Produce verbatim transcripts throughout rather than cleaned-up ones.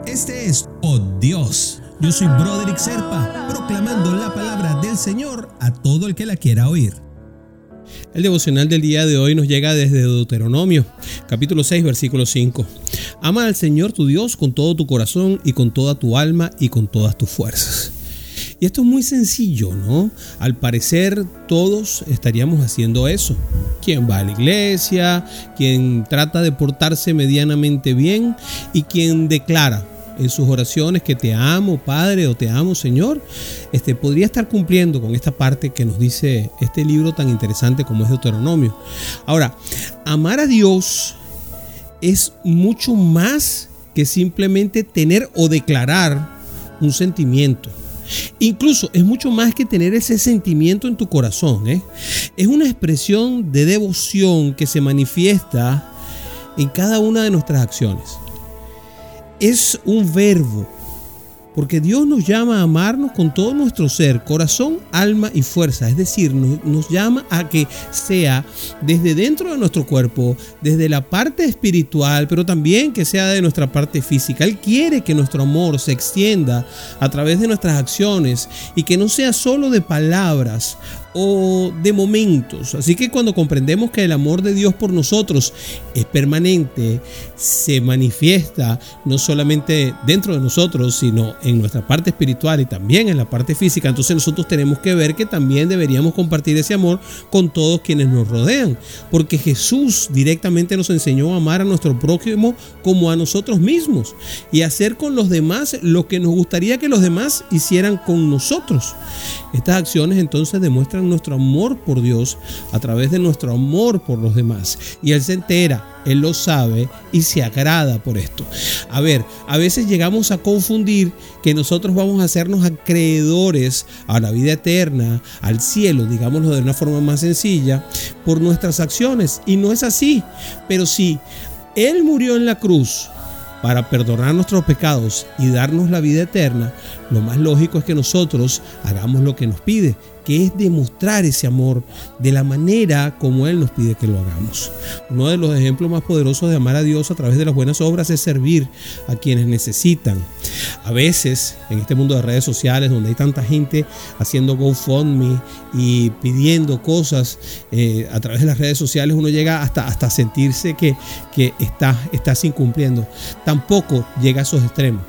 Este es Oh Dios. Yo soy Broderick Serpa, proclamando la palabra del Señor a todo el que la quiera oír. El devocional del día de hoy nos llega desde Deuteronomio, capítulo seis, versículo cinco. Ama al Señor tu Dios con todo tu corazón y con toda tu alma y con todas tus fuerzas. Y esto es muy sencillo, ¿no? Al parecer todos estaríamos haciendo eso. Quien va a la iglesia, quien trata de portarse medianamente bien y quien declara en sus oraciones que te amo, Padre, o te amo, Señor, este, podría estar cumpliendo con esta parte que nos dice este libro tan interesante como es Deuteronomio. Ahora, amar a Dios es mucho más que simplemente tener o declarar un sentimiento. Incluso es mucho más que tener ese sentimiento en tu corazón, ¿eh? Es una expresión de devoción que se manifiesta en cada una de nuestras acciones. Es un verbo, porque Dios nos llama a amarnos con todo nuestro ser, corazón, alma y fuerza. Es decir, nos, nos llama a que sea desde dentro de nuestro cuerpo, desde la parte espiritual, pero también que sea de nuestra parte física. Él quiere que nuestro amor se extienda a través de nuestras acciones y que no sea solo de palabras o de momentos. Así que cuando comprendemos que el amor de Dios por nosotros es permanente, se manifiesta no solamente dentro de nosotros, sino en nuestra parte espiritual y también en la parte física, entonces nosotros tenemos que ver que también deberíamos compartir ese amor con todos quienes nos rodean, porque Jesús directamente nos enseñó a amar a nuestro prójimo como a nosotros mismos y hacer con los demás lo que nos gustaría que los demás hicieran con nosotros. Estas acciones entonces demuestran nuestro amor por Dios a través de nuestro amor por los demás, y Él se entera, Él lo sabe y se agrada por esto. A ver, a veces llegamos a confundir que nosotros vamos a hacernos acreedores a la vida eterna, al cielo, digámoslo de una forma más sencilla, por nuestras acciones, y no es así. Pero sí, Él murió en la cruz para perdonar nuestros pecados y darnos la vida eterna. Lo más lógico es que nosotros hagamos lo que nos pide, que es demostrar ese amor de la manera como Él nos pide que lo hagamos. Uno de los ejemplos más poderosos de amar a Dios a través de las buenas obras es servir a quienes necesitan. A veces, en este mundo de redes sociales, donde hay tanta gente haciendo GoFundMe y pidiendo cosas eh, a través de las redes sociales, uno llega hasta, hasta sentirse que, que está, estás incumpliendo. Tampoco llega a esos extremos.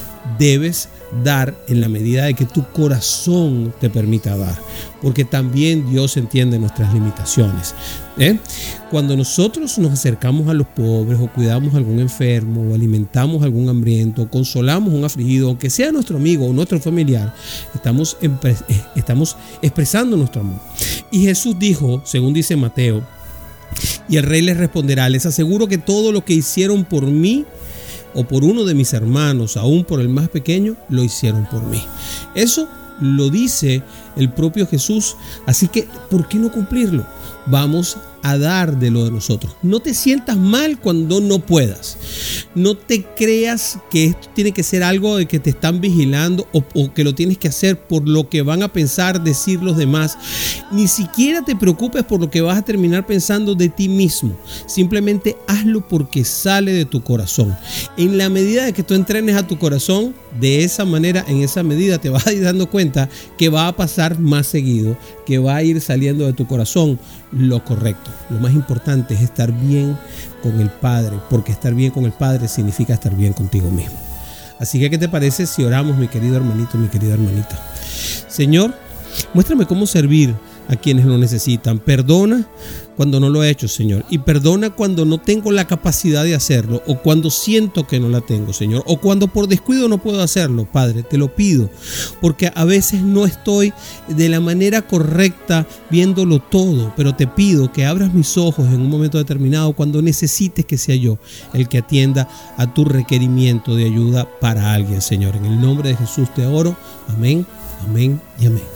Debes dar en la medida de que tu corazón te permita dar, porque también Dios entiende nuestras limitaciones, ¿eh? Cuando nosotros nos acercamos a los pobres o cuidamos a algún enfermo o alimentamos a algún hambriento o consolamos a un afligido, aunque sea nuestro amigo o nuestro familiar, estamos, empre- estamos expresando nuestro amor. Y Jesús dijo, según dice Mateo, y el rey les responderá: les aseguro que todo lo que hicieron por mí o por uno de mis hermanos, aún por el más pequeño, lo hicieron por mí. Eso lo dice el propio Jesús. Así que, ¿por qué no cumplirlo? Vamos a dar de lo de nosotros. No te sientas mal cuando no puedas. No te creas que esto tiene que ser algo de que te están vigilando o, o que lo tienes que hacer por lo que van a pensar, decir los demás. Ni siquiera te preocupes por lo que vas a terminar pensando de ti mismo. Simplemente hazlo porque sale de tu corazón. En la medida de que tú entrenes a tu corazón, de esa manera, en esa medida te vas a ir dando cuenta que va a pasar más seguido, que va a ir saliendo de tu corazón lo correcto. Lo más importante es estar bien con el Padre, porque estar bien con el Padre significa estar bien contigo mismo. Así que, ¿qué te parece si oramos, mi querido hermanito, mi querida hermanita? Señor, muéstrame cómo servir a quienes lo necesitan. Perdona cuando no lo he hecho, Señor, y perdona cuando no tengo la capacidad de hacerlo, o cuando siento que no la tengo, Señor, o cuando por descuido no puedo hacerlo. Padre, te lo pido, porque a veces no estoy de la manera correcta viéndolo todo, pero te pido que abras mis ojos en un momento determinado cuando necesites que sea yo el que atienda a tu requerimiento de ayuda para alguien, Señor. En el nombre de Jesús te oro. Amén, amén y amén.